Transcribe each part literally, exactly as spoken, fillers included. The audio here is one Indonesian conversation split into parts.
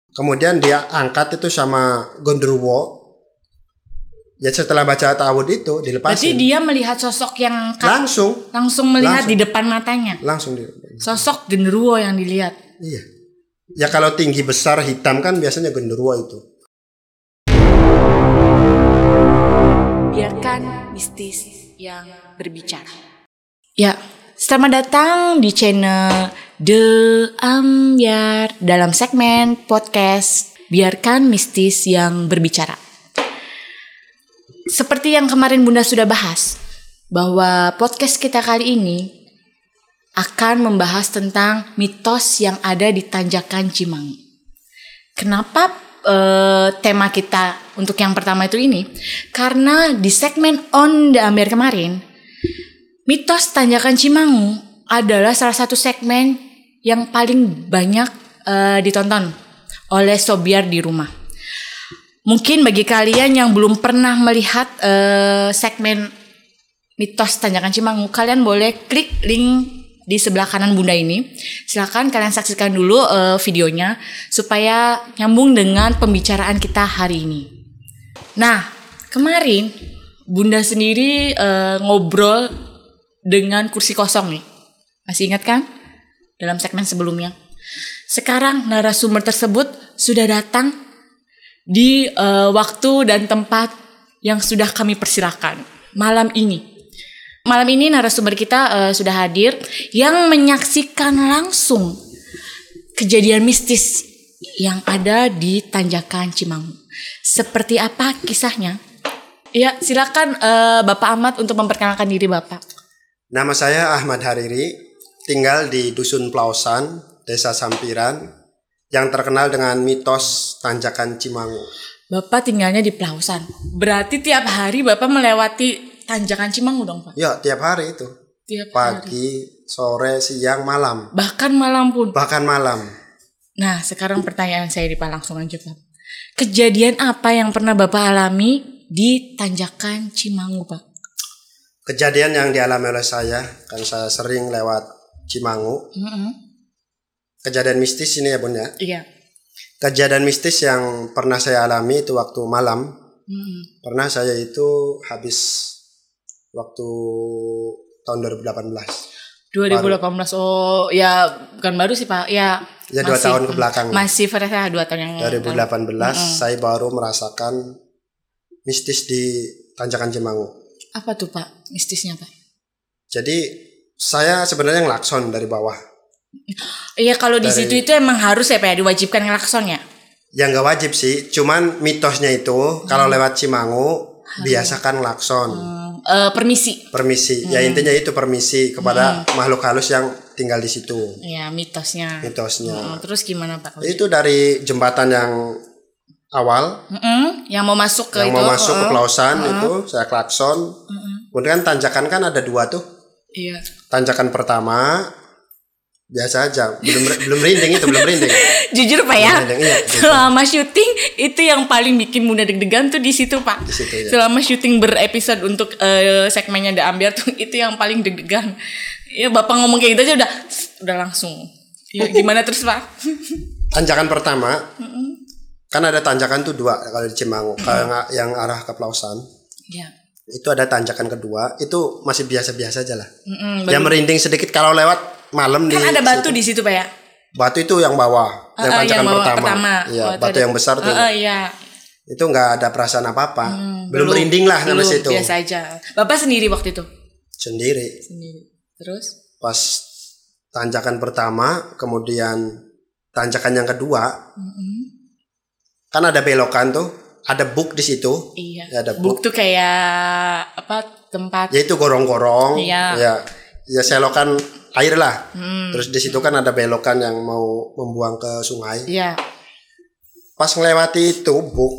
Kemudian dia angkat itu sama Gondoruo. Ya setelah baca ta'awud itu dilepasin. Berarti dia melihat sosok yang langsung langsung melihat langsung. di depan matanya. Langsung di sosok Gondoruo yang dilihat. Iya. Ya kalau tinggi besar hitam kan biasanya Gondoruo itu. Biarkan mistis yang berbicara. Ya, selamat datang di channel The Ambyar dalam segmen podcast Biarkan Mistis yang Berbicara. Seperti yang kemarin Bunda sudah bahas, bahwa podcast kita kali ini akan membahas tentang mitos yang ada di Tanjakan Cimangu. Kenapa uh, tema kita untuk yang pertama itu ini? Karena di segmen On The Ambyar kemarin, mitos Tanjakan Cimangu adalah salah satu segmen yang paling banyak uh, ditonton oleh sobiar di rumah. Mungkin bagi kalian yang belum pernah melihat uh, segmen mitos Tanjakan Cimangu, kalian boleh klik link di sebelah kanan Bunda ini. Silakan kalian saksikan dulu uh, videonya supaya nyambung dengan pembicaraan kita hari ini. Nah, kemarin Bunda sendiri uh, ngobrol dengan kursi kosong nih. Masih ingat kan? Dalam segmen sebelumnya. Sekarang narasumber tersebut sudah datang di uh, waktu dan tempat yang sudah kami persilakan malam ini. Malam ini narasumber kita uh, sudah hadir yang menyaksikan langsung kejadian mistis yang ada di Tanjakan Cimangu. Seperti apa kisahnya? Ya, silakan uh, Bapak Ahmad untuk memperkenalkan diri Bapak. Nama saya Ahmad Hariri, tinggal di Dusun Plausan, Desa Sampiran, yang terkenal dengan mitos Tanjakan Cimangu. Bapak tinggalnya di Plausan. Berarti tiap hari Bapak melewati Tanjakan Cimangu dong, Pak? Ya, tiap hari itu. Tiap Pagi, hari. Sore, siang, malam. Bahkan malam pun? Bahkan malam. Nah, sekarang pertanyaan saya Pak, langsung aja, Pak. Kejadian apa yang pernah Bapak alami di Tanjakan Cimangu, Pak? Kejadian yang dialami oleh saya, kan saya sering lewat Cimangu. Mm-hmm. Kejadian mistis ini ya, Bun ya? Iya. Kejadian mistis yang pernah saya alami itu waktu malam. Mm-hmm. Pernah saya itu habis waktu tahun dua ribu delapan belas. dua ribu delapan belas baru. Oh ya bukan baru sih Pak. Ya, ya dua tahun ke belakang. Masih fresh ya dua tahun yang dua ribu delapan belas mm-hmm. Saya baru merasakan mistis di Tanjakan Cimangu. Apa tuh Pak mistisnya Pak? Jadi saya sebenarnya ngelakson dari bawah. Iya kalau di situ itu emang harus ya Pak ya diwajibkan ngelakson ya? Ya nggak wajib sih, cuman mitosnya itu hmm. kalau lewat Cimangu hmm. biasakan ngelakson. Hmm. Uh, permisi. Permisi, hmm. ya intinya itu permisi kepada hmm. makhluk halus yang tinggal di situ. Iya mitosnya. Mitosnya. Hmm, terus gimana Pak? Itu dari jembatan yang awal, mm-hmm. yang mau masuk ke yang itu, mau masuk uh-uh. ke Plausan uh-uh. itu saya klakson. Uh-uh. Kemudian tanjakan kan ada dua tuh. Iya. Tanjakan pertama biasa aja, belum belum merinding itu belum merinding. Jujur Pak ya, merinding, iya, selama syuting itu yang paling bikin Bunda deg-degan tuh di situ Pak. Di situ, ya. Selama syuting berepisode untuk uh, segmennya The Ambyar tuh itu yang paling deg-degan. Ya Bapak ngomong kayak gitu aja udah udah langsung. Ya, gimana terus Pak? Tanjakan pertama. Mm-mm. Kan ada tanjakan tuh dua kalau di Cimangu, mm-hmm. kalau yang arah ke Plausan. Iya. Itu ada tanjakan kedua, itu masih biasa-biasa aja lah. Mm-hmm, ya merinding sedikit kalau lewat malam. Kan di ada batu situ. Di situ Pak ya? Batu itu yang bawah, uh, yang tanjakan yang bawah pertama. pertama. Iya, oh, batu ada. Yang besar tuh. Uh, uh, iya. Itu nggak ada perasaan apa-apa. Hmm, belum merinding lah sama situ. Biasa aja. Bapak sendiri waktu itu? Sendiri. Sendiri. Terus? Pas tanjakan pertama, kemudian tanjakan yang kedua. Mm-hmm. Kan ada belokan tuh, ada buk di situ. Iya. Ya, ada buk. Buk tuh kayak apa tempat? Ya itu gorong-gorong. Iya. Ya, ya selokan air lah. Hmm. Terus di situ kan ada belokan yang mau membuang ke sungai. Iya. Pas ngelewati itu buk,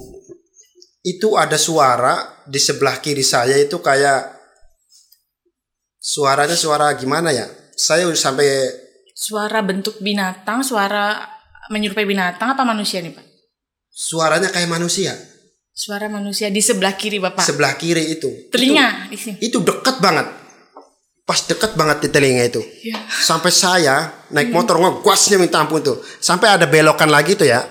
itu ada suara di sebelah kiri saya itu kayak suaranya suara gimana ya? Saya sampai suara bentuk binatang, suara menyerupai binatang apa manusia nih Pak? Suaranya kayak manusia. Suara manusia di sebelah kiri Bapak. Sebelah kiri itu. Telinga itu, di sini. Itu dekat banget. Pas dekat banget di telinga itu. Ya. Sampai saya naik motor ngegasnya minta ampun tuh. Sampai ada belokan lagi tuh ya.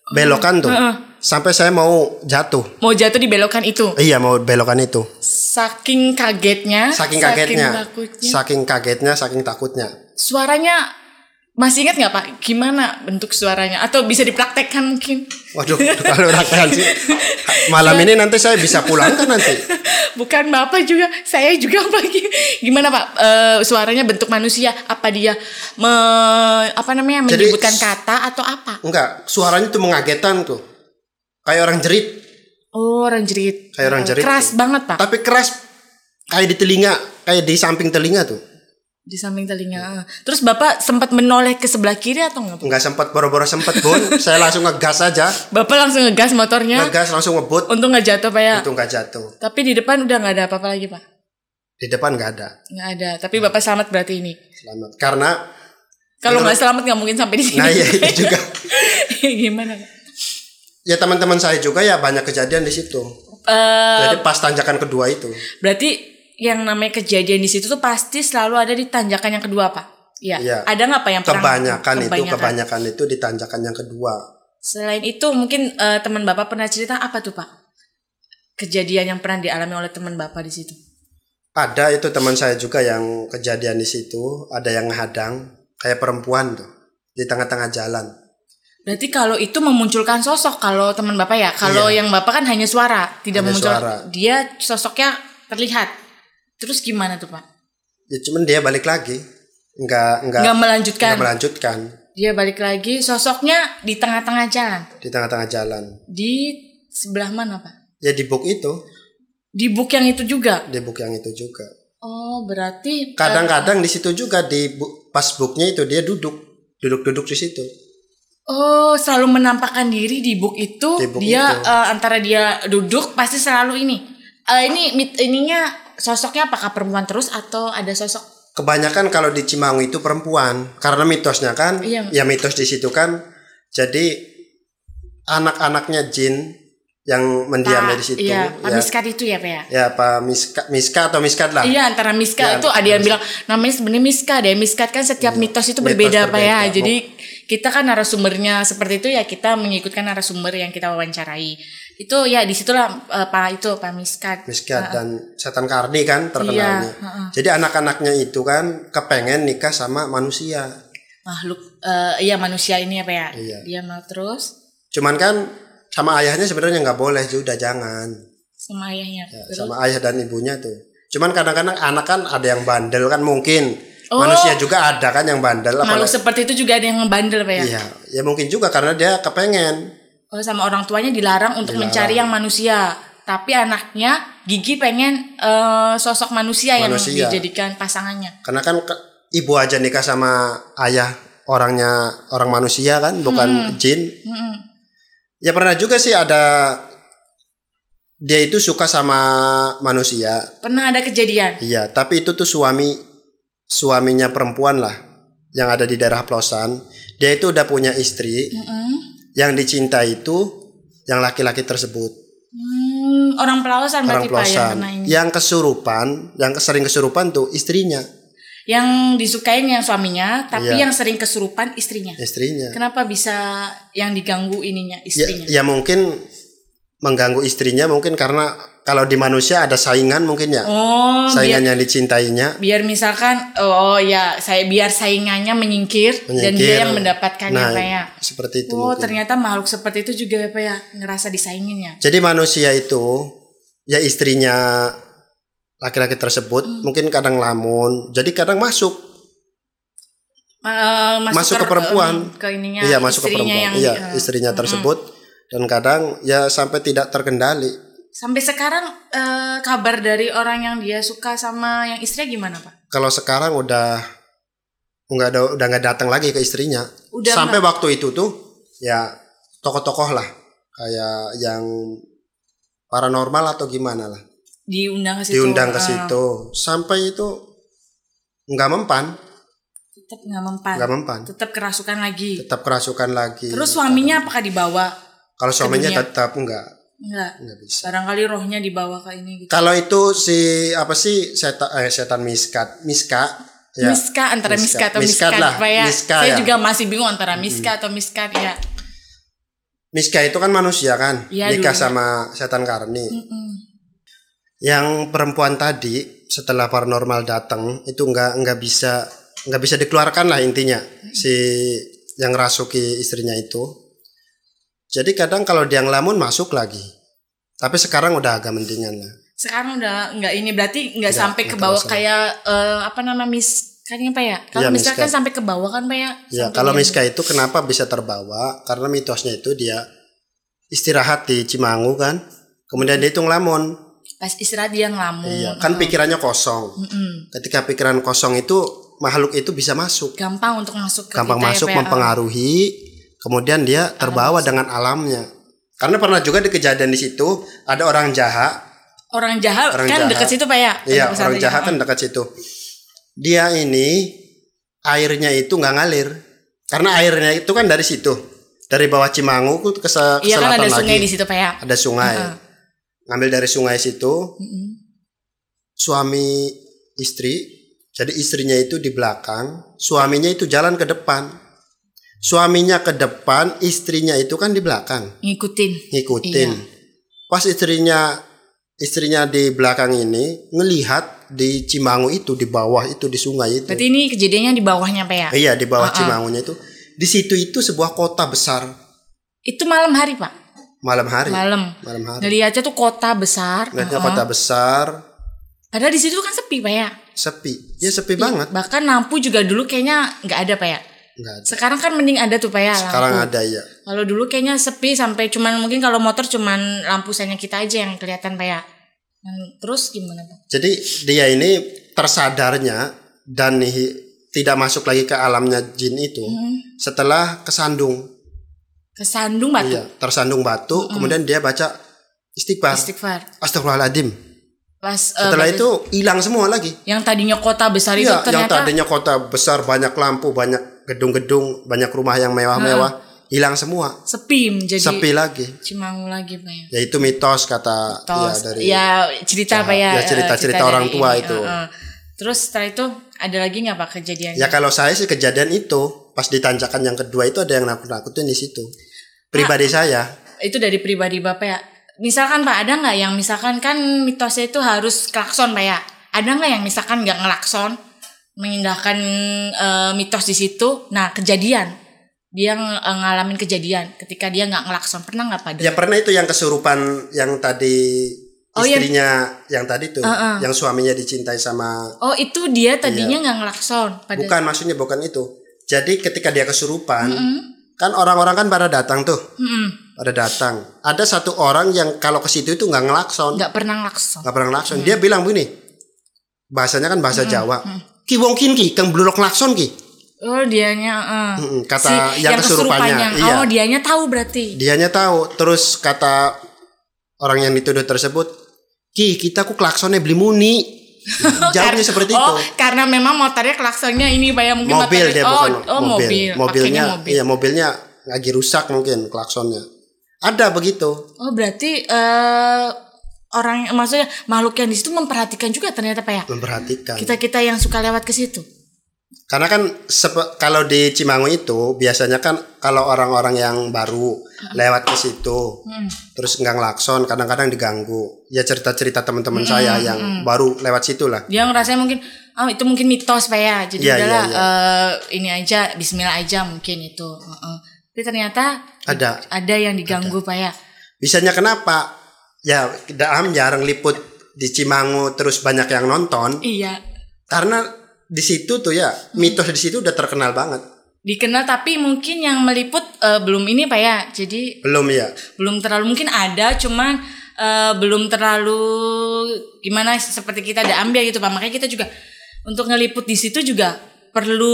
belokan tuh. Uh-uh. Sampai saya mau jatuh. Mau jatuh di belokan itu? Iya, mau belokan itu. Saking kagetnya. Saking kagetnya. Saking takutnya. Saking kagetnya, saking takutnya. Suaranya masih ingat nggak Pak? Gimana bentuk suaranya? Atau bisa dipraktekkan mungkin? Waduh, kalau praktekkan sih malam ini nanti saya bisa pulang kan nanti. Bukan Bapak juga, saya juga Pak. Gimana Pak? E, suaranya bentuk manusia? Apa dia me, apa namanya menyebutkan Jadi, kata atau apa? Enggak, suaranya tuh mengagetan tuh. Kayak orang jerit. Oh, orang jerit. Kayak orang jerit. Keras tuh. Banget Pak. Tapi keras kayak di telinga, kayak di samping telinga tuh. Di samping telinga. Terus Bapak sempat menoleh ke sebelah kiri atau enggak? Enggak sempat, boro-boro sempat Bun. Saya langsung ngegas aja. Bapak langsung ngegas motornya? Ngegas langsung ngebut. Untung nggak jatuh Pak ya? Untung nggak jatuh. Tapi di depan udah nggak ada apa-apa lagi Pak? Di depan nggak ada. Nggak ada. Tapi Bapak selamat berarti ini? Selamat. Karena kalau nggak selamat nggak mungkin sampai di sini. Nah iya itu juga. Gimana Pak? Ya teman-teman saya juga ya banyak kejadian di situ. Uh, Jadi pas tanjakan kedua itu. Berarti yang namanya kejadian di situ tuh pasti selalu ada di tanjakan yang kedua Pak? Iya. Ya. Ada nggak Pak yang kebanyakan, kebanyakan itu kebanyakan itu di tanjakan yang kedua. Selain itu mungkin uh, teman Bapak pernah cerita apa tuh Pak? Kejadian yang pernah dialami oleh teman Bapak di situ? Ada itu teman saya juga yang kejadian di situ. Ada yang menghadang kayak perempuan tuh di tengah-tengah jalan. Berarti kalau itu memunculkan sosok kalau teman Bapak ya? Kalau iya. Yang Bapak kan hanya suara, tidak memunculkan. Dia sosoknya terlihat. Terus gimana tuh Pak? Ya cuman dia balik lagi, nggak nggak nggak melanjutkan. Nggak melanjutkan. Dia balik lagi, sosoknya di tengah-tengah jalan. Di tengah-tengah jalan. Di sebelah mana Pak? Ya di buk itu. Di buk yang itu juga. Di buk yang itu juga. Oh berarti. Kadang-kadang uh, di situ juga di bu, pas buknya itu dia duduk, duduk-duduk di situ. Oh selalu menampakkan diri di buk itu. Di buk dia itu. Uh, antara dia duduk pasti selalu ini. Uh, ini ininya. Sosoknya apakah perempuan terus atau ada sosok? Kebanyakan kalau di Cimanggu itu perempuan karena mitosnya kan, iya. Ya mitos di situ kan. Jadi anak-anaknya jin yang mendiam di situ. Iya, Pak ya. Miskat itu ya Pak ya? Ya Pak Miska, Miska atau Miskat lah. Iya antara Miska ya, itu ada yang bilang namanya sebenarnya Miska deh. Miskat kan setiap ya, mitos itu mitos berbeda, berbeda Pak ya. Jadi kita kan narasumbernya seperti itu ya kita mengikutkan narasumber yang kita wawancarai. Itu ya disitulah uh, Pak itu Pak Miskat. Miskat uh, dan Setan Kardi kan terkenalnya. Iya, uh, uh. Jadi anak-anaknya itu kan kepengen nikah sama manusia. Makhluk uh, iya manusia ini apa ya? Iya. Dia mau terus. Cuman kan sama ayahnya sebenarnya nggak boleh, sudah jangan. Sama ayahnya. Ya, sama ayah dan ibunya tuh. Cuman kadang-kadang anak kan ada yang bandel kan mungkin. Oh, manusia juga ada kan yang bandel. Makhluk seperti itu juga ada yang bandel Pak ya? Iya, ya mungkin juga karena dia kepengen. Oh, sama orang tuanya dilarang untuk dilarang. Mencari yang manusia, tapi anaknya gigi pengen uh, sosok manusia, manusia yang dijadikan pasangannya. Karena kan ke, ibu aja nikah sama ayah orangnya orang manusia kan, bukan hmm. jin. Hmm. Ya pernah juga sih ada dia itu suka sama manusia. Pernah ada kejadian? Iya, tapi itu tuh suami suaminya perempuan lah yang ada di daerah Plosan. Dia itu udah punya istri. Hmm. Yang dicinta itu yang laki-laki tersebut. Hmm, orang Pelausan berarti Pak yang kena ini. Yang kesurupan, yang sering kesurupan tuh istrinya. Yang disukain yang suaminya, tapi ya. Yang sering kesurupan istrinya. Istrinya. Kenapa bisa yang diganggu ininya istrinya? Ya, ya mungkin mengganggu istrinya mungkin karena kalau di manusia ada saingan mungkin ya. Oh, saingan biar, yang dicintainya. Biar misalkan oh ya saya biar saingannya menyingkir, menyingkir dan dia yang mendapatkannya nah, Pak ya. Seperti itu. Oh, mungkin. Ternyata makhluk seperti itu juga Pak ya ngerasa disaingin ya. Jadi manusia itu ya istrinya laki-laki tersebut hmm. mungkin kadang lamun, jadi kadang masuk. Uh, masuk, masuk ke, ke perempuan. Ke ininya, iya, masuk ke perempuan. Yang, iya, uh, istrinya uh, tersebut dan kadang ya sampai tidak terkendali. Sampai sekarang eh, kabar dari orang yang dia suka sama yang istrinya gimana Pak? Kalau sekarang udah nggak ada, udah nggak datang lagi ke istrinya. Udah sampai enggak. Waktu itu tuh ya tokoh-tokoh lah kayak yang paranormal atau gimana lah. Diundang ke situ. Diundang ke situ uh. sampai itu nggak mempan. Tetap nggak mempan. Nggak mempan. Tetap kerasukan lagi. Tetap kerasukan lagi. Terus suaminya apakah dibawa? Kalau suaminya tetap enggak. Enggak. Enggak bisa. Barangkali rohnya dibawa ke ini gitu. Kalau itu si apa sih setan eh, setan miskat, miska ya. Miska antara miska, miska atau miskat, miskat lah. Pak ya. Miska, saya ya. Juga masih bingung antara miska hmm. atau miskat ya. Miska itu kan manusia kan, ya, nikah dulu. sama setan karni. Mm-mm. Yang perempuan tadi setelah paranormal datang itu nggak nggak bisa nggak bisa dikeluarkan lah intinya si yang rasuki istrinya itu. Jadi kadang kalau dia ngelamun masuk lagi, tapi sekarang udah agak mendingan lah. Sekarang udah nggak ini berarti nggak sampai ke bawah kayak uh, apa nama mis kan apa ya? Kalau ya, Miska kan sampai ke bawah kan Pak ya? Ya kalau Miska itu kenapa bisa terbawa? Karena mitosnya itu dia istirahat di Cimangu kan, kemudian dia itu ngelamun. Pas istirahat dia ngelamun. Iya, kan pikirannya kosong. Mm-mm. Ketika pikiran kosong itu makhluk itu bisa masuk. Gampang untuk masuk ke Gampang kita masuk ya, mempengaruhi, kemudian dia terbawa Alam dengan alamnya. Karena pernah juga di kejadian di situ ada orang jahat. Orang jahat orang kan jahat. dekat situ Pak ya? Iya, orang jahat kan dekat situ. Dia ini airnya itu nggak ngalir karena airnya itu kan dari situ, dari bawah Cimangu ke, ke selatan lagi. Iya kan ada sungai di situ Pak ya? Ada sungai, uh-huh. Ngambil dari sungai situ. Uh-huh. Suami istri, jadi istrinya itu di belakang, suaminya itu jalan ke depan. Suaminya ke depan, istrinya itu kan di belakang. Ngikutin. Ngikutin. Iya. Pas istrinya istrinya di belakang ini ngelihat di Cimangu itu, di bawah itu, di sungai itu. Berarti ini kejadiannya di bawahnya Pak ya? Iya, di bawah uh-uh. Cimangunya itu. Di situ itu sebuah kota besar. Itu malam hari Pak? Malam hari. Malam. Malam hari. Ngeliatnya tuh kota besar. Ngeliatnya uh-uh. kota besar. Padahal di situ kan sepi Pak ya? Sepi. Ya sepi, sepi banget. Bahkan lampu juga dulu kayaknya nggak ada Pak ya? Nggak ada. Sekarang kan mending ada tuh Pak ya lampu. Sekarang ada ya. Kalau dulu kayaknya sepi sampai cuman mungkin kalau motor cuman lampu sanya kita aja yang kelihatan Pak ya? Terus gimana Pak? Jadi dia ini tersadarnya dan nih, tidak masuk lagi ke alamnya jin itu hmm. setelah kesandung. Kesandung batu? Iya, tersandung batu. Hmm. Kemudian dia baca istighfar. Istighfar. Astagfirullahaladzim. Pas, uh, setelah itu hilang semua lagi. Yang tadinya kota besar iya, itu ternyata. Yang tadinya kota besar, banyak lampu, banyak gedung-gedung, banyak rumah yang mewah-mewah. Hmm. Hilang semua. Sepi menjadi Sepi lagi. Cimangu lagi Pak ya. Ya itu mitos kata mitos. Ya dari ya cerita Pak ya. Ya cerita-cerita uh, orang tua ini. itu. Uh, uh. Terus setelah itu ada lagi nggak Pak kejadiannya? Ya kalau saya sih kejadian itu pas di tanjakan yang kedua itu ada yang nakut-nakutin di situ. Pribadi nah, saya. Itu dari pribadi Bapak ya. Misalkan Pak ada nggak yang misalkan kan mitosnya itu harus klakson Pak ya. Ada nggak yang misalkan nggak ngelakson mengindahkan uh, mitos di situ? Nah kejadian. Dia ng- ngalamin kejadian ketika dia nggak ngelakson, pernah nggak Pak? Ya pernah itu yang kesurupan yang tadi oh, istrinya yang, yang tadi tuh, uh-uh. yang suaminya dicintai sama. Oh itu dia tadinya nggak iya. ngelakson. Pada... Bukan maksudnya bukan itu. Jadi ketika dia kesurupan, mm-hmm. kan orang-orang kan pada datang tuh, mm-hmm. pada datang. Ada satu orang yang kalau ke situ itu nggak ngelakson. Nggak pernah ngelakson. Nggak pernah ngelakson. Mm-hmm. Dia bilang begini, bahasanya kan bahasa mm-hmm. Jawa. Mm-hmm. Ki wong kin ki, kang blulok ngelakson ki. Oh dianya uh. kata si, yang, yang kesurupannya iya. Oh dianya tahu berarti. Dianya tahu. Terus kata orang yang dituduh tersebut, Ki kita ku klaksonnya beli muni. Jawabnya seperti oh, itu. Karena memang motornya klaksonnya ini Pak ya mungkin mobil motornya, dia oh, bukan oh, mobil. mobil. Mobilnya mobil. Iya mobilnya lagi rusak mungkin klaksonnya. Ada begitu. Oh berarti uh, orang maksudnya makhluk yang di situ memperhatikan juga ternyata Pak ya. Memperhatikan. Kita-kita yang suka lewat ke situ. Karena kan sepe, kalau di Cimangu itu biasanya kan kalau orang-orang yang baru hmm. lewat ke situ hmm. terus nggak ngelakson kadang-kadang diganggu. Ya cerita-cerita teman-teman hmm. saya yang hmm. baru lewat situ lah. Dia ngerasanya mungkin oh itu mungkin mitos Pak ya. Jadi ya, udahlah ya, ya. Uh, ini aja bismillah aja mungkin itu. Uh-uh. Tapi ternyata ada ada yang diganggu ada. Pak ya. Bisanya kenapa? Ya Daam jarang liput di Cimangu terus banyak yang nonton. Iya. Karena di situ tuh ya mitos di situ udah terkenal banget. Dikenal tapi mungkin yang meliput uh, belum ini Pak ya. Jadi belum ya. Belum terlalu mungkin ada cuman uh, belum terlalu gimana seperti kita ada ambil gitu Pak. Makanya kita juga untuk ngeliput di situ juga perlu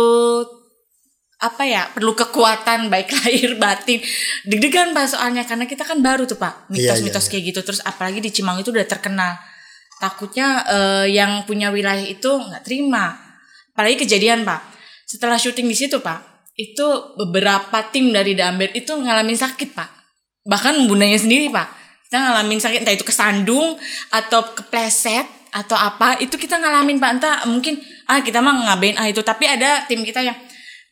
apa ya? Perlu kekuatan baik lahir batin. Deg-degan Pak soalnya karena kita kan baru tuh Pak. Mitos-mitos iya, iya, kayak gitu terus apalagi di Cimangu itu udah terkenal. Takutnya uh, yang punya wilayah itu nggak terima. Apalagi kejadian Pak. Setelah syuting di situ Pak, itu beberapa tim dari Damber itu ngalamin sakit Pak. Bahkan bundanya sendiri Pak. Kita ngalamin sakit entah itu kesandung atau kepleset atau apa. Itu kita ngalamin Pak. Entah mungkin ah kita mah ngabain ah itu. Tapi ada tim kita yang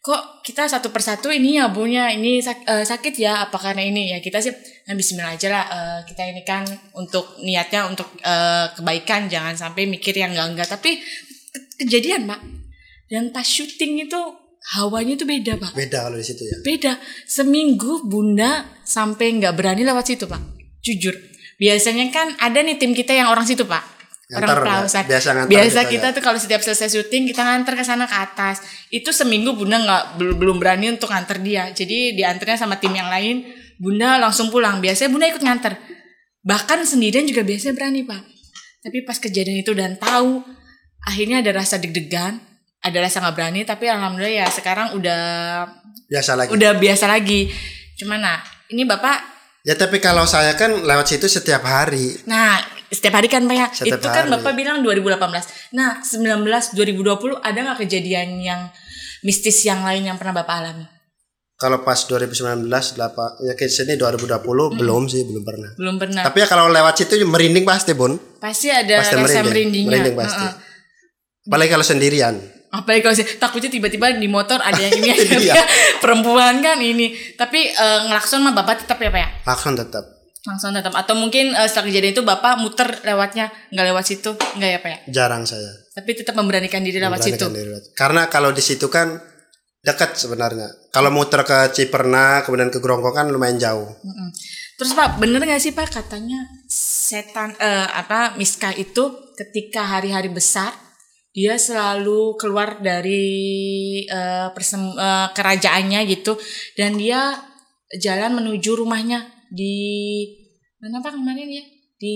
kok kita satu persatu ini ya bunya ini sak, uh, sakit ya apa karena ini ya kita sih nah bismillah aja lah uh, kita ini kan untuk niatnya untuk uh, kebaikan jangan sampai mikir yang enggak-enggak tapi ke- kejadian Pak dan pas syuting itu hawanya itu beda Pak beda kalau di situ ya beda seminggu Bunda sampai nggak berani lewat situ Pak jujur biasanya kan ada nih tim kita yang orang situ Pak ngantar, orang pelausan. Biasa, Biasa kita ya. Tuh kalau setiap selesai syuting kita nganter ke sana ke atas. Itu seminggu Bunda nggak belum berani untuk nganter dia. Jadi diantarnya sama tim yang lain. Bunda langsung pulang. Biasanya Bunda ikut nganter. Bahkan sendirian juga biasanya berani Pak. Tapi pas kejadian itu dan tahu, akhirnya ada rasa deg-degan, ada rasa nggak berani. Tapi alhamdulillah ya sekarang udah biasa lagi. Udah biasa lagi. Cuman nah ini Bapak. Ya tapi kalau saya kan lewat situ setiap hari. Nah setiap hari kan Pak ya. Setiap itu kan hari. Bapak bilang dua ribu delapan belas. Nah sembilan belas dua ribu dua puluh ada gak kejadian yang mistis yang lain yang pernah Bapak alami? Kalau pas dua ribu sembilan belas ya ke sini dua ribu dua puluh hmm. belum sih belum pernah. Belum pernah. Tapi ya kalau lewat situ merinding pasti Bun. Pasti ada pasti rasa merinding. merindingnya. Merinding pasti. Uh-uh. Apalagi kalau sendirian. Apalagi kalau sih takutnya tiba-tiba di motor ada yang ini ada perempuan kan ini. Tapi uh, ngelakson mah Bapak tetap ya Pak ya? Lakson tetap. Langsung tetap atau mungkin uh, setelah kejadian itu Bapak muter lewatnya nggak lewat situ nggak ya Pak ya? Jarang saya. Tapi tetap memberanikan diri lewat situ. Diri. Karena kalau di situ kan dekat sebenarnya. Kalau muter ke Ciperna kemudian ke Grongko kan lumayan jauh. Mm-mm. Terus Pak bener nggak sih Pak katanya setan uh, apa Miska itu ketika hari-hari besar dia selalu keluar dari uh, persem, uh, kerajaannya gitu dan dia jalan menuju rumahnya di mana Pak kemarin ya di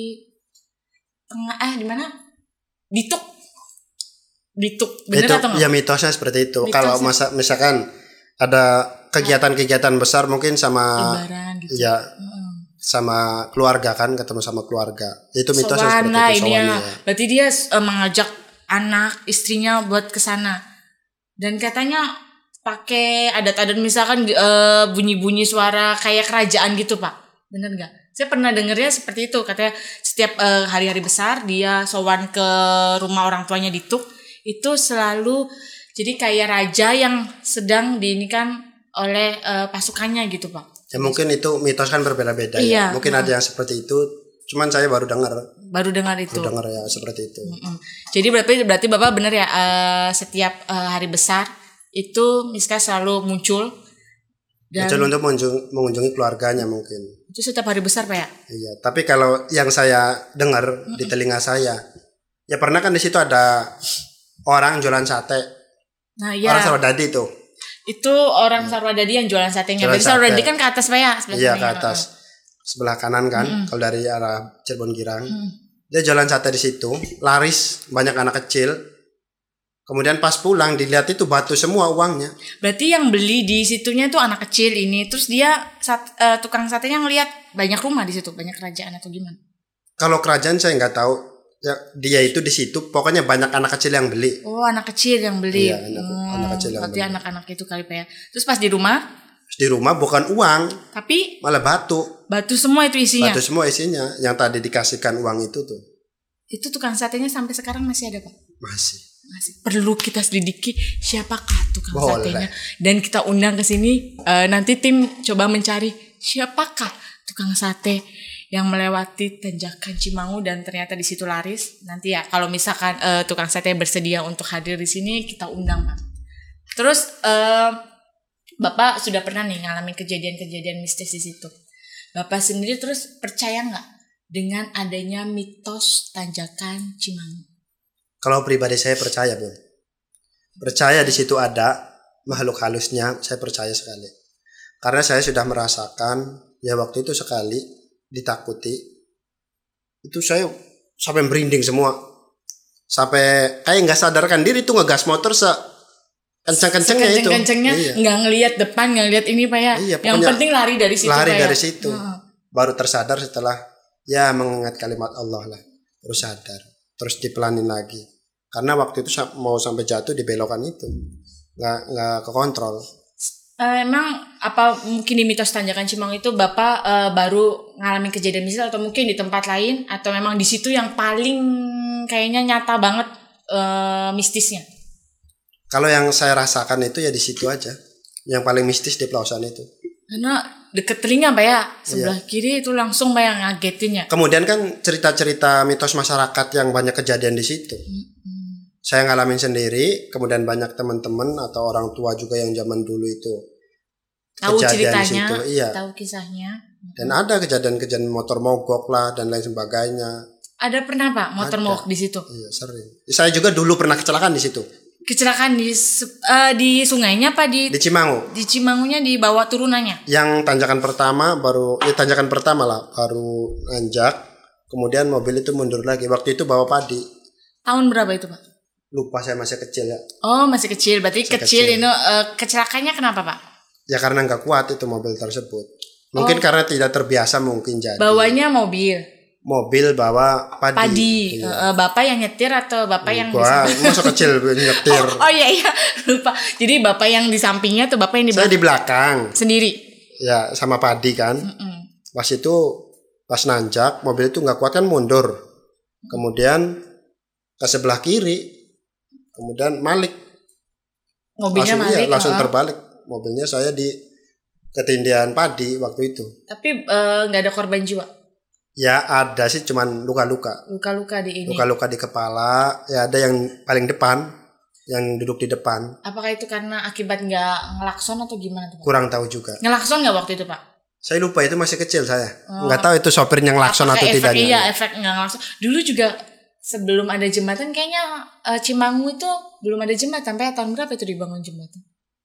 tengah eh di mana di Tuk di Tuk bener itu, atau enggak? Ya mitosnya seperti itu. Kalau masa misalkan ada kegiatan-kegiatan besar mungkin sama Lebaran gitu. Ya hmm. sama keluarga kan ketemu sama keluarga itu mitosnya seperti lah, itu. Ini ya. Berarti dia uh, mengajak anak istrinya buat kesana dan katanya pakai adat-adat misalkan uh, bunyi-bunyi suara kayak kerajaan gitu Pak, bener nggak? Saya pernah dengernya seperti itu katanya setiap uh, hari-hari besar dia sowan ke rumah orang tuanya di Tuk itu selalu jadi kayak raja yang sedang diinikan oleh uh, pasukannya gitu Pak. Ya mungkin itu mitos kan berbeda-beda iya, ya. Mungkin uh. ada yang seperti itu, cuman saya baru dengar. Baru dengar itu. Baru dengar ya seperti itu. Mm-mm. Jadi berarti berarti Bapak bener ya uh, setiap uh, hari besar itu Miska selalu muncul dan muncul untuk mengunjungi, mengunjungi keluarganya mungkin. Itu setiap hari besar Pak ya? Iya, tapi kalau yang saya dengar mm-mm. di telinga saya, ya pernah kan di situ ada orang jualan sate. Nah, iya. Orang Sarwadadi itu. Itu orang Sarwadadi yang jualan satenya. Berarti Sarwadadi kan ke atas Pak ya? Iya, ke atas. Sebelah kanan kan, mm-mm. kalau dari arah Cirebon Girang. Mm. Dia jualan sate di situ, laris, banyak anak kecil. Kemudian pas pulang dilihat itu batu semua uangnya. Berarti yang beli di situnya tuh anak kecil ini. Terus dia sat, uh, tukang satenya ngelihat banyak rumah di situ, banyak kerajaan atau gimana? Kalau kerajaan saya nggak tahu. Ya dia itu di situ pokoknya banyak anak kecil yang beli. Oh, anak kecil yang beli. Iya, anak, hmm, anak kecil yang berarti beli. anak-anak itu kali Pak ya. Terus pas di rumah? Di rumah bukan uang. Tapi malah batu. Batu semua itu isinya. Batu semua isinya yang tadi dikasihkan uang itu tuh. Itu tukang satenya sampai sekarang masih ada Pak? Masih. Masih perlu kita selidiki siapakah tukang Boleh. satenya dan kita undang ke sini uh, nanti tim coba mencari siapakah tukang sate yang melewati tanjakan Cimangu dan ternyata di situ laris. Nanti ya kalau misalkan uh, tukang sate bersedia untuk hadir di sini kita undang Pak. Terus uh, Bapak sudah pernah nih ngalamin kejadian-kejadian mistis di situ. Bapak sendiri terus percaya nggak dengan adanya mitos tanjakan Cimangu? Kalau pribadi saya percaya, Bun. Percaya di situ ada makhluk halusnya, saya percaya sekali. Karena saya sudah merasakan, ya waktu itu sekali ditakuti. Itu saya sampai merinding semua. Sampai kayak nggak sadarkan diri tuh ngegas motor se kencang-kencangnya itu. Kencang-kencangnya iya. Nggak ngelihat depan, nggak ngelihat ini Pak ya. Iya, yang penting lari dari situ. Lari Pak, dari ya? situ. Hmm. Baru tersadar setelah ya mengingat kalimat Allah lah. Terus sadar. Terus dipelanin lagi. Karena waktu itu mau sampai jatuh di belokan itu. Nggak, nggak kekontrol. Uh, emang apa mungkin di mitos tanjakan Cimangu itu Bapak uh, baru ngalamin kejadian misal atau mungkin di tempat lain atau memang di situ yang paling kayaknya nyata banget uh, mistisnya? Kalau yang saya rasakan itu ya di situ aja. Yang paling mistis di Pelausan itu. Karena deket telinga Pak ya, sebelah iya. kiri itu langsung Pak yang ngagetin ya. Kemudian kan cerita-cerita mitos masyarakat yang banyak kejadian di situ. Mm-hmm. Saya ngalamin sendiri, kemudian banyak teman-teman atau orang tua juga yang zaman dulu itu tahu ceritanya, di situ. Iya. Tahu kisahnya. Dan ada kejadian-kejadian motor mogok lah dan lain sebagainya. Ada pernah Pak motor ada. mogok di situ? Iya, sering. Saya juga dulu pernah kecelakaan di situ. Kecelakaan di uh, di sungainya apa di di Cimangu? Di Cimangunya di bawah turunannya. Yang tanjakan pertama baru ya tanjakan pertama lah baru nanjak, kemudian mobil itu mundur lagi. Waktu itu bawa padi. Tahun berapa itu Pak? Lupa, saya masih kecil ya. Oh masih kecil, berarti masih kecil, kecil. Ini uh, kecelakaannya kenapa Pak? Ya karena nggak kuat itu mobil tersebut. Mungkin oh. karena tidak terbiasa mungkin jadi. Bawanya mobil. Mobil bawa padi. Padi. Iya. Uh, bapak yang nyetir atau bapak yang Wah, masa kecil nyetir. Oh, oh iya iya, lupa. Jadi bapak yang di sampingnya atau bapak yang di belakang? Saya di belakang. Sendiri. Ya, sama padi kan. Mm-mm. Pas itu pas nanjak, mobil itu nggak kuat kan mundur. Kemudian ke sebelah kiri. Kemudian malik. Mobilnya langsung, malik. Iya, langsung oh. terbalik. Mobilnya saya di ketindihan padi waktu itu. Tapi nggak uh, ada korban jiwa. Ya ada sih, cuman luka-luka. Luka-luka di ini. Luka-luka di kepala. Ya ada yang paling depan, yang duduk di depan. Apakah itu karena akibat nggak ngelakson atau gimana tuh Pak? Kurang tahu juga. Ngelakson nggak waktu itu Pak? Saya lupa, itu masih kecil saya. Oh. Nggak tahu itu sopirnya ngelakson atau efek, tidaknya. Iya efek nggak ngelakson. Dulu juga sebelum ada jembatan kayaknya uh, Cimangu itu belum ada jembatan. Sampai tahun berapa itu dibangun jembatan?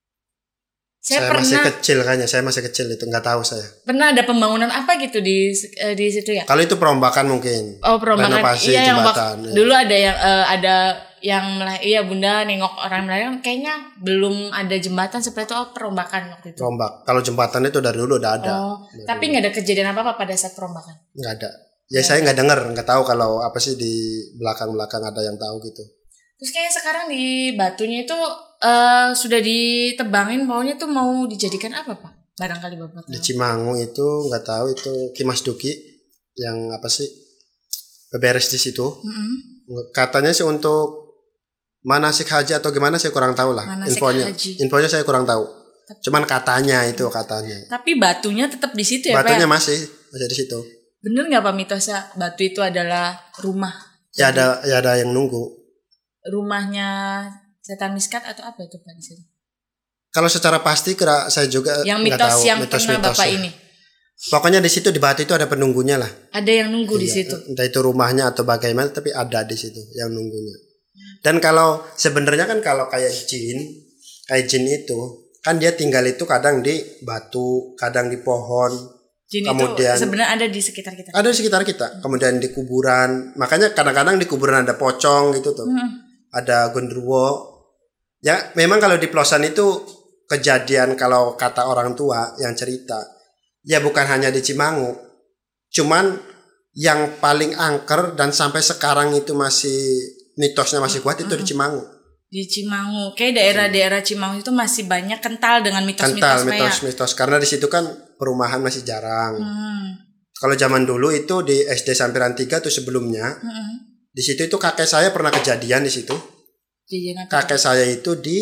Saya, saya pernah, masih kecil kayaknya, saya masih kecil itu nggak tahu saya. Pernah ada pembangunan apa gitu di uh, di situ ya? Kalau itu perombakan mungkin. Oh perombakan. Renovasi iya, jembatan. Yang ya. Dulu ada yang uh, ada yang iya Bunda nengok orang Melayu kayaknya belum ada jembatan seperti itu. Oh perombakan waktu itu. Perombak. Kalau jembatan itu dari dulu udah ada. Oh, tapi nggak ada kejadian apa apa pada saat perombakan? Nggak ada. Ya, ya saya nggak dengar, nggak tahu kalau apa sih di belakang-belakang ada yang tahu gitu. Terus kayaknya sekarang di Batunya itu uh, sudah ditebangin, maunya tuh mau dijadikan apa Pak? Barangkali Bapak tahu. Di Cimangu itu nggak tahu, itu Ki Mas Duki yang apa sih beberes di situ. Mm-hmm. Katanya sih untuk manasik haji atau gimana saya kurang tahu lah. Manasik infonya. Haji. Infonya saya kurang tahu. Tapi, cuman katanya itu katanya. Tapi batunya tetap di situ ya Batunya Pak? masih masih di situ. Bener nggak Pak mitosnya batu itu adalah rumah? Ya ada ya ada yang nunggu. Rumahnya setan miskat atau apa itu Pak di sini? Kalau secara pasti kira saya juga yang mitos tahu, yang mitos, pernah Bapak ini. Pokoknya di situ di batu itu ada penunggunya lah. Ada yang nunggu iya, di situ. Entah itu rumahnya atau bagaimana, tapi ada di situ yang nunggunya. Dan kalau sebenarnya kan kalau kayak jin, kayak jin itu kan dia tinggal itu kadang di batu, kadang di pohon. Jin kemudian itu sebenarnya ada di sekitar kita. Ada di sekitar kita. Kemudian di kuburan. Makanya kadang-kadang di kuburan ada pocong gitu tuh. Hmm. Ada gondruwo. Ya memang kalau di Pelausan itu kejadian kalau kata orang tua yang cerita. Ya bukan hanya di Cimangu. Cuman yang paling angker dan sampai sekarang itu masih mitosnya masih kuat itu hmm. di Cimangu. Di Cimangu, kayak daerah-daerah Cimangu itu masih banyak kental dengan mitos-mitos. Kental mitos-mitos karena di situ kan perumahan masih jarang. Hmm. Kalau zaman dulu itu di S D Sampiran tiga tuh sebelumnya, hmm. di situ itu kakek saya pernah kejadian di situ. Kejadian apa? Kakek saya itu di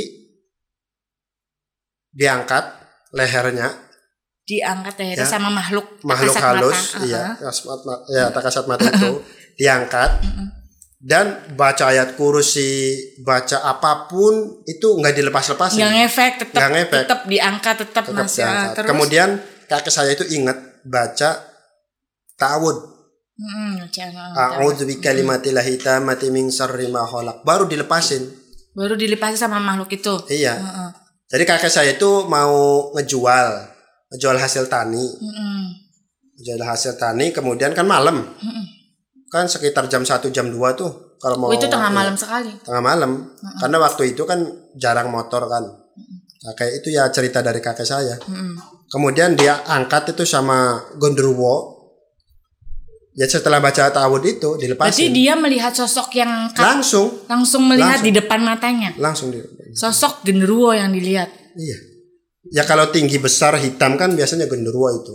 diangkat lehernya. Diangkat lehernya ya, sama makhluk. Makhluk halus, mata. Iya, uh-huh. ya tak kasat mata itu diangkat. Hmm. Dan baca ayat kursi, baca apapun itu nggak dilepas-lepasin. Nggak ngefek, tetap nggak ngefek. Tetap diangkat, tetap, tetap masih. Terus? Kemudian kakek saya itu ingat baca ta'awud. Hmm, A'udzu bikalimatillahi tammati min syarri ma khalaq. Baru dilepasin. Baru dilepasin sama makhluk itu. Iya. Uh-uh. Jadi kakek saya itu mau ngejual, ngejual hasil tani. Uh-uh. Ngejual hasil tani, kemudian kan malam. Uh-uh. Kan sekitar jam satu jam dua tuh kalau mau. Oh, itu tengah malam ya, sekali. Tengah malam. Uh-uh. Karena waktu itu kan jarang motor kan. Nah, kayak itu ya cerita dari kakek saya. Uh-uh. Kemudian dia angkat itu sama gondruwo. Ya setelah baca ta'awud itu dilepasin. Berarti dia melihat sosok yang angkat, langsung langsung melihat langsung, di depan matanya. Langsung di sosok genderuwo yang dilihat. Iya. Ya kalau tinggi besar hitam kan biasanya genderuwo itu.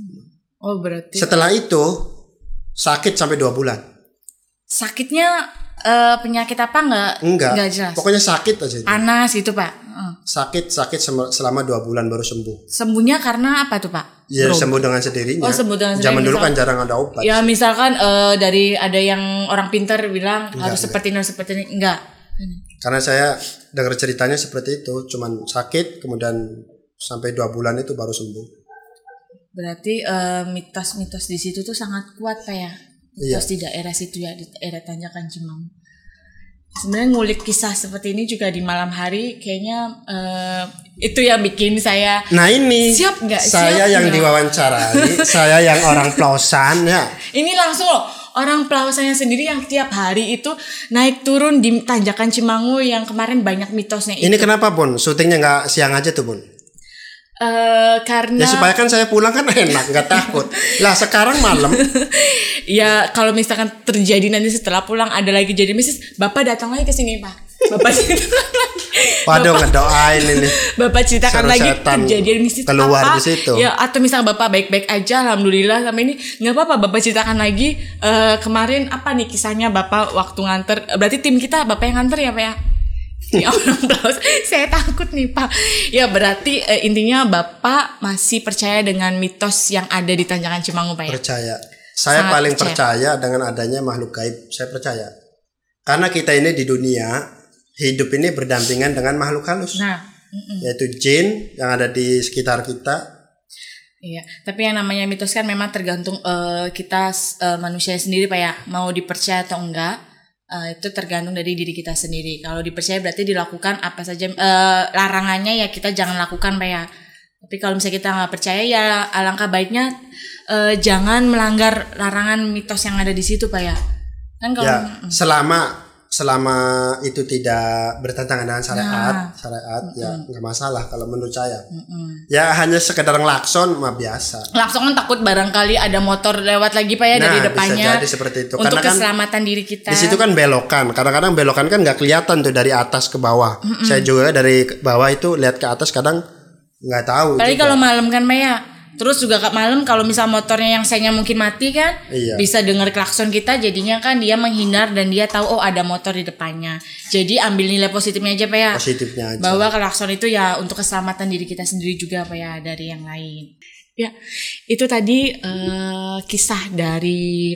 Oh berarti. Setelah itu sakit sampai dua bulan. Sakitnya uh, penyakit apa enggak? Enggak. Enggak jelas. Pokoknya sakit aja. Itu. Panas itu Pak. Uh. Sakit sakit selama dua bulan baru sembuh. Sembuhnya karena apa tuh Pak? Ya Bro. sembuh dengan sendirinya. Oh sembuh dengan sendirinya. Zaman dulu kan jarang ada obat. Ya misalkan uh, dari ada yang orang pintar bilang enggak, harus enggak. seperti ini seperti ini enggak. Karena saya dengar ceritanya seperti itu, cuman sakit kemudian sampai dua bulan itu baru sembuh. Berarti uh, mitos-mitos di situ tuh sangat kuat Pak ya. Mitos iya. di daerah situ ya, di daerah Tanjakan Cimangu. Sebenarnya ngulik kisah seperti ini juga di malam hari kayaknya uh, itu yang bikin saya. Nah ini siap nggak? Saya siap yang gak? Diwawancarai, saya yang orang Plausan ya. Ini langsung loh orang Plausannya sendiri yang tiap hari itu naik turun di Tanjakan Cimangu yang kemarin banyak mitosnya. Ini itu. Kenapa Bun? Syutingnya nggak siang aja tuh Bun? Uh, karena ya supaya kan saya pulang kan enak nggak takut lah sekarang malam. Ya kalau misalkan terjadi nanti setelah pulang ada lagi jadi mistis bapak datang lagi ke sini Pak. Bapak ceritakan lagi. Waduh ngedoain ini. Bapak ceritakan lagi kejadian mistis keluar apa? Di situ. Ya atau misalnya bapak baik-baik aja alhamdulillah sama ini nggak apa-apa bapak ceritakan lagi uh, kemarin apa nih kisahnya bapak waktu nganter berarti tim kita bapak yang nganter ya Pak ya. Ya orang Plaus, saya takut nih Pak. Ya berarti uh, intinya Bapak masih percaya dengan mitos yang ada di Tanjakan Cimangu Pak ya? Percaya. Saya Sangat paling percaya. percaya dengan adanya makhluk gaib. Saya percaya. Karena kita ini di dunia hidup ini berdampingan dengan makhluk halus. Nah, mm-mm. yaitu jin yang ada di sekitar kita. Iya, tapi yang namanya mitos kan memang tergantung uh, kita uh, manusia sendiri Pak ya, mau dipercaya atau enggak. Uh, itu tergantung dari diri kita sendiri. Kalau dipercaya berarti dilakukan apa saja uh, larangannya ya kita jangan lakukan Pak ya. Tapi kalau misalnya kita nggak percaya ya alangkah baiknya uh, jangan melanggar larangan mitos yang ada di situ Pak ya. Kan kalau ya, selama selama itu tidak bertentangan dengan syariat, nah, syariat mm-mm. ya nggak masalah kalau menurut saya. Mm-mm. Ya hanya sekedar ngelakson mah biasa. Ngelakson kan takut barangkali ada motor lewat lagi Pak ya nah, dari depannya. Bisa jadi seperti itu. Untuk karena keselamatan kan, diri kita. Di situ kan belokan. Kadang-kadang belokan kan nggak kelihatan tuh dari atas ke bawah. Mm-mm. Saya juga dari bawah itu lihat ke atas kadang nggak tahu. Apalagi kalau malam kan Pak ya. Terus juga ke malam kalau misal motornya yang sayanya mungkin mati kan iya. bisa dengar klakson kita jadinya kan dia menghindar dan dia tahu oh ada motor di depannya. Jadi ambil nilai positifnya aja Pak ya. Positifnya aja. Bahwa klakson itu ya untuk keselamatan diri kita sendiri juga Pak ya dari yang lain. Ya itu tadi uh, kisah dari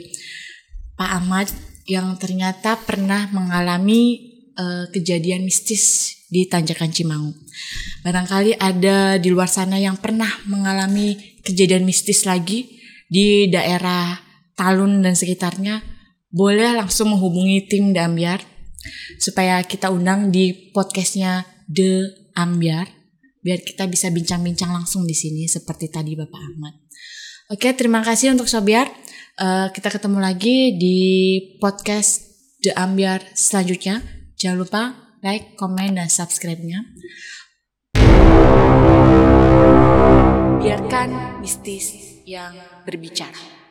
Pak Ahmad yang ternyata pernah mengalami uh, kejadian mistis di Tanjakan Cimangu. Barangkali ada di luar sana yang pernah mengalami kejadian mistis lagi di daerah Talun dan sekitarnya, boleh langsung menghubungi tim The Ambyar supaya kita undang di podcastnya The Ambyar biar kita bisa bincang-bincang langsung di sini seperti tadi Bapak Ahmad. Oke, terima kasih untuk Sobiar. Uh, kita ketemu lagi di podcast The Ambyar selanjutnya. Jangan lupa like, komen, dan subscribe-nya. Biarkan mistis yang berbicara.